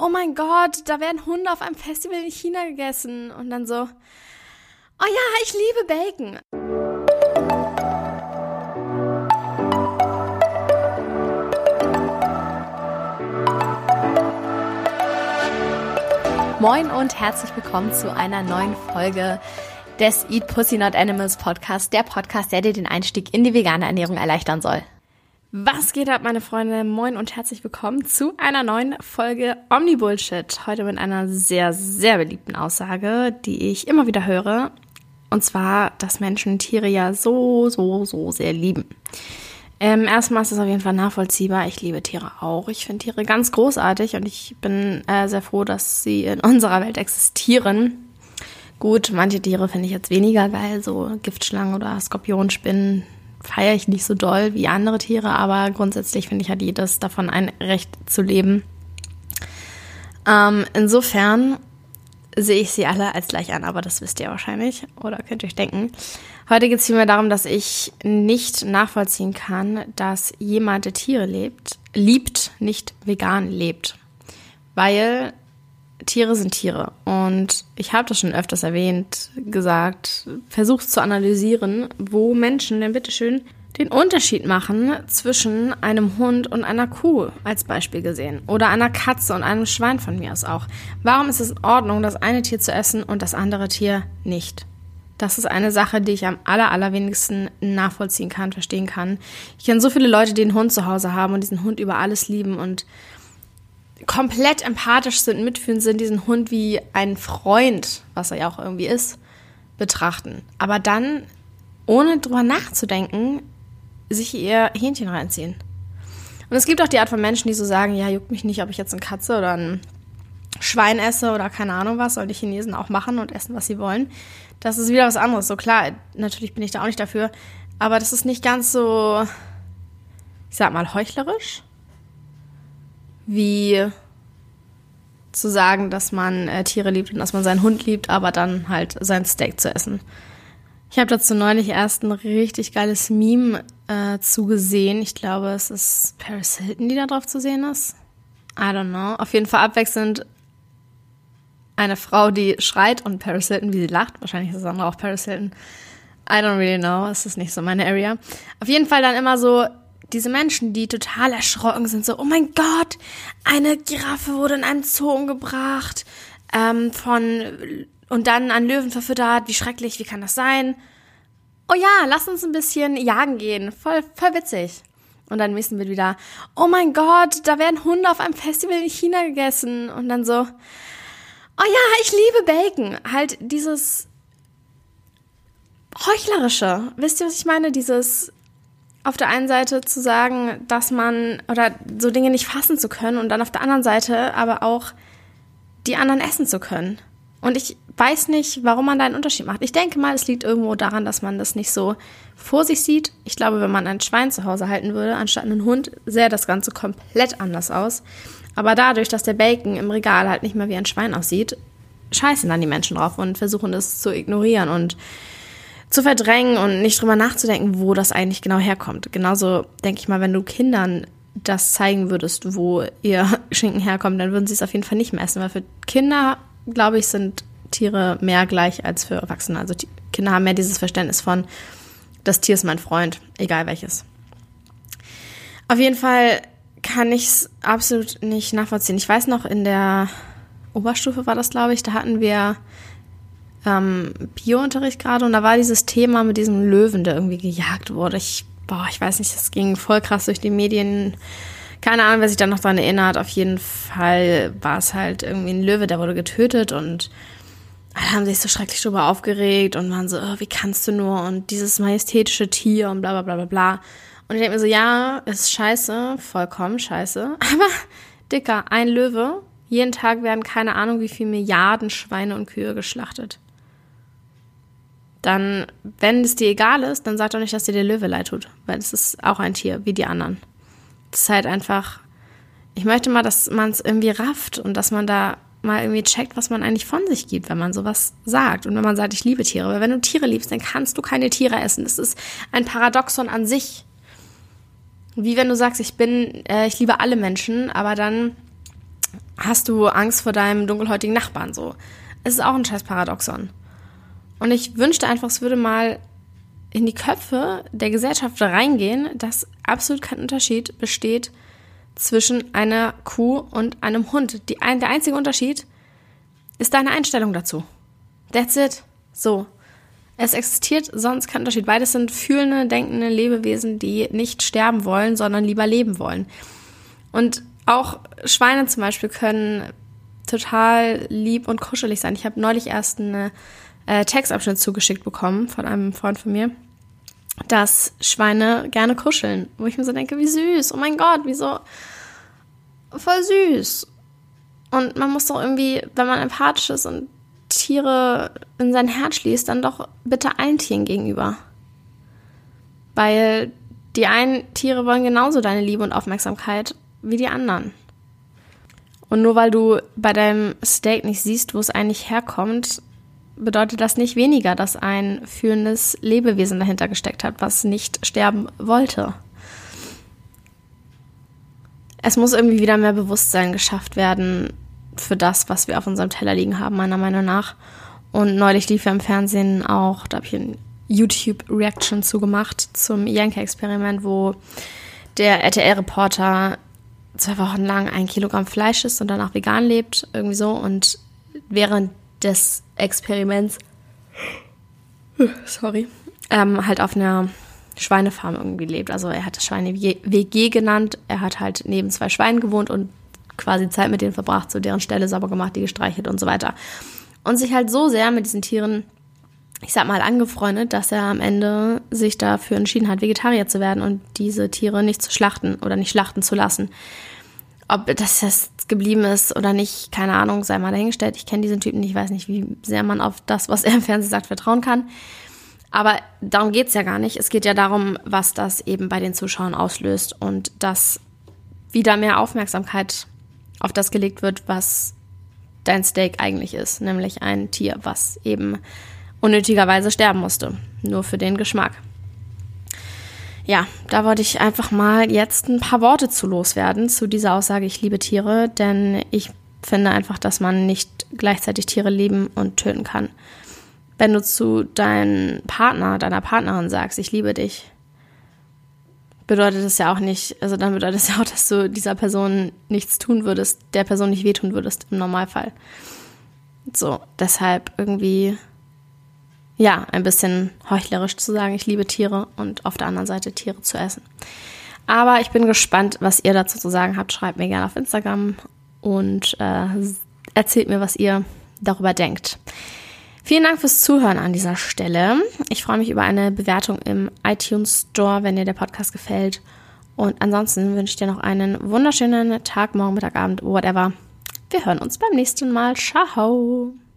oh mein Gott, da werden Hunde auf einem Festival in China gegessen. Und dann so, oh ja, ich liebe Bacon. Moin und herzlich willkommen zu einer neuen Folge des Eat Pussy Not Animals Podcast, der Podcast, der dir den Einstieg in die vegane Ernährung erleichtern soll. Was geht ab, meine Freunde? Moin und herzlich willkommen zu einer neuen Folge Omni-Bullshit. Heute mit einer sehr, sehr beliebten Aussage, die ich immer wieder höre. Und zwar, dass Menschen Tiere ja so sehr lieben. Erstmal ist es auf jeden Fall nachvollziehbar. Ich liebe Tiere auch. Ich finde Tiere ganz großartig und ich bin sehr froh, dass sie in unserer Welt existieren. Gut, manche Tiere finde ich jetzt weniger geil, so Giftschlangen oder Skorpionspinnen feiere ich nicht so doll wie andere Tiere, aber grundsätzlich finde ich, hat jedes davon ein Recht zu leben. Insofern sehe ich sie alle als gleich an, aber das wisst ihr wahrscheinlich oder könnt ihr euch denken. Heute geht es vielmehr darum, dass ich nicht nachvollziehen kann, dass jemand, der Tiere liebt, nicht vegan lebt. Weil Tiere sind Tiere. Und ich habe das schon öfters gesagt, versucht zu analysieren, wo Menschen denn bitteschön den Unterschied machen zwischen einem Hund und einer Kuh als Beispiel gesehen. Oder einer Katze und einem Schwein von mir aus auch. Warum ist es in Ordnung, das eine Tier zu essen und das andere Tier nicht? Das ist eine Sache, die ich am allerwenigsten nachvollziehen kann, verstehen kann. Ich kenne so viele Leute, die einen Hund zu Hause haben und diesen Hund über alles lieben und komplett empathisch sind, mitfühlend sind, diesen Hund wie einen Freund, was er ja auch irgendwie ist, betrachten. Aber dann, ohne drüber nachzudenken, sich ihr Hähnchen reinziehen. Und es gibt auch die Art von Menschen, die so sagen, ja, juckt mich nicht, ob ich jetzt eine Katze oder ein Schwein esse oder keine Ahnung was, sollen die Chinesen auch machen und essen, was sie wollen. Das ist wieder was anderes. So klar, natürlich bin ich da auch nicht dafür, aber das ist nicht ganz so, ich sag mal, heuchlerisch, wie zu sagen, dass man Tiere liebt und dass man seinen Hund liebt, aber dann halt sein Steak zu essen. Ich habe dazu neulich erst ein richtig geiles Meme zugesehen. Ich glaube, es ist Paris Hilton, die da drauf zu sehen ist. I don't know. Auf jeden Fall abwechselnd eine Frau, die schreit und Paris Hilton, wie sie lacht. Wahrscheinlich ist das andere auch Paris Hilton. I don't really know. Es ist nicht so meine Area. Auf jeden Fall dann immer so diese Menschen, die total erschrocken sind, so, oh mein Gott, eine Giraffe wurde in einem Zoo umgebracht, und dann an Löwen verfüttert, wie schrecklich, wie kann das sein? Oh ja, lass uns ein bisschen jagen gehen, voll witzig. Und dann nächsten wird wieder, oh mein Gott, da werden Hunde auf einem Festival in China gegessen. Und dann so, oh ja, ich liebe Bacon. Halt dieses Heuchlerische. Wisst ihr, was ich meine? Dieses auf der einen Seite zu sagen, dass man, oder so Dinge nicht fassen zu können und dann auf der anderen Seite aber auch die anderen essen zu können. Und ich weiß nicht, warum man da einen Unterschied macht. Ich denke mal, es liegt irgendwo daran, dass man das nicht so vor sich sieht. Ich glaube, wenn man ein Schwein zu Hause halten würde, anstatt einen Hund, sähe das Ganze komplett anders aus. Aber dadurch, dass der Bacon im Regal halt nicht mehr wie ein Schwein aussieht, scheißen dann die Menschen drauf und versuchen das zu ignorieren und zu verdrängen und nicht drüber nachzudenken, wo das eigentlich genau herkommt. Genauso denke ich mal, wenn du Kindern das zeigen würdest, wo ihr Schinken herkommt, dann würden sie es auf jeden Fall nicht mehr essen, weil für Kinder, glaube ich, sind Tiere mehr gleich als für Erwachsene. Also die Kinder haben mehr dieses Verständnis von, das Tier ist mein Freund, egal welches. Auf jeden Fall kann ich es absolut nicht nachvollziehen. Ich weiß noch, in der Oberstufe war das, glaube ich, da hatten wir Biounterricht gerade und da war dieses Thema mit diesem Löwen, der irgendwie gejagt wurde. Ich weiß nicht, das ging voll krass durch die Medien. Keine Ahnung, wer sich da noch dran erinnert. Auf jeden Fall war es halt irgendwie ein Löwe, der wurde getötet und alle haben sich so schrecklich drüber aufgeregt und waren so, oh, wie kannst du nur und dieses majestätische Tier und bla bla bla bla bla. Und ich denke mir so, ja, ist scheiße, vollkommen scheiße. Aber, Dicker, ein Löwe, jeden Tag werden keine Ahnung wie viele Milliarden Schweine und Kühe geschlachtet. Dann, wenn es dir egal ist, dann sag doch nicht, dass dir der Löwe leid tut, weil es ist auch ein Tier, wie die anderen. Das ist halt einfach, ich möchte mal, dass man es irgendwie rafft und dass man da mal irgendwie checkt, was man eigentlich von sich gibt, wenn man sowas sagt und wenn man sagt, ich liebe Tiere. Weil wenn du Tiere liebst, dann kannst du keine Tiere essen. Das ist ein Paradoxon an sich. Wie wenn du sagst, ich liebe alle Menschen, aber dann hast du Angst vor deinem dunkelhäutigen Nachbarn so. Es ist auch ein scheiß Paradoxon. Und ich wünschte einfach, es würde mal in die Köpfe der Gesellschaft reingehen, dass absolut kein Unterschied besteht zwischen einer Kuh und einem Hund. Der einzige Unterschied ist deine Einstellung dazu. That's it. So. Es existiert sonst kein Unterschied. Beides sind fühlende, denkende Lebewesen, die nicht sterben wollen, sondern lieber leben wollen. Und auch Schweine zum Beispiel können total lieb und kuschelig sein. Ich habe neulich erst einen Textabschnitt zugeschickt bekommen von einem Freund von mir, dass Schweine gerne kuscheln. Wo ich mir so denke, wie süß. Oh mein Gott, wieso? Voll süß. Und man muss doch irgendwie, wenn man empathisch ist und Tiere in sein Herz schließt, dann doch bitte allen Tieren gegenüber. Weil die einen Tiere wollen genauso deine Liebe und Aufmerksamkeit wie die anderen. Und nur weil du bei deinem Steak nicht siehst, wo es eigentlich herkommt, bedeutet das nicht weniger, dass ein fühlendes Lebewesen dahinter gesteckt hat, was nicht sterben wollte. Es muss irgendwie wieder mehr Bewusstsein geschafft werden für das, was wir auf unserem Teller liegen haben, meiner Meinung nach. Und neulich lief ja im Fernsehen auch, da habe ich ein YouTube-Reaction zugemacht zum Jenke-Experiment, wo der RTL-Reporter 2 Wochen lang 1 Kilogramm Fleisch isst und danach vegan lebt, irgendwie so. Und während des Experiments, halt auf einer Schweinefarm irgendwie lebt. Also er hat das Schweine WG genannt. Er hat halt neben 2 Schweinen gewohnt und quasi Zeit mit denen verbracht, so deren Ställe sauber gemacht, die gestreichelt und so weiter. Und sich halt so sehr mit diesen Tieren, ich sag mal, angefreundet, dass er am Ende sich dafür entschieden hat, Vegetarier zu werden und diese Tiere nicht zu schlachten oder nicht schlachten zu lassen. Ob das jetzt geblieben ist oder nicht, keine Ahnung, sei mal dahingestellt. Ich kenne diesen Typen nicht, ich weiß nicht, wie sehr man auf das, was er im Fernsehen sagt, vertrauen kann. Aber darum geht's ja gar nicht. Es geht ja darum, was das eben bei den Zuschauern auslöst und dass wieder mehr Aufmerksamkeit auf das gelegt wird, was dein Steak eigentlich ist, nämlich ein Tier, was eben unnötigerweise sterben musste, nur für den Geschmack. Ja, da wollte ich einfach mal jetzt ein paar Worte zu loswerden, zu dieser Aussage, ich liebe Tiere, denn ich finde einfach, dass man nicht gleichzeitig Tiere lieben und töten kann. Wenn du zu deinem Partner, deiner Partnerin sagst, ich liebe dich, bedeutet das ja auch nicht, also dann bedeutet es ja auch, dass du dieser Person nichts tun würdest, der Person nicht wehtun würdest im Normalfall. So, deshalb irgendwie, ja, ein bisschen heuchlerisch zu sagen, ich liebe Tiere und auf der anderen Seite Tiere zu essen. Aber ich bin gespannt, was ihr dazu zu sagen habt. Schreibt mir gerne auf Instagram und erzählt mir, was ihr darüber denkt. Vielen Dank fürs Zuhören an dieser Stelle. Ich freue mich über eine Bewertung im iTunes Store, wenn dir der Podcast gefällt. Und ansonsten wünsche ich dir noch einen wunderschönen Tag, Morgen, Mittag, Abend, whatever. Wir hören uns beim nächsten Mal. Ciao!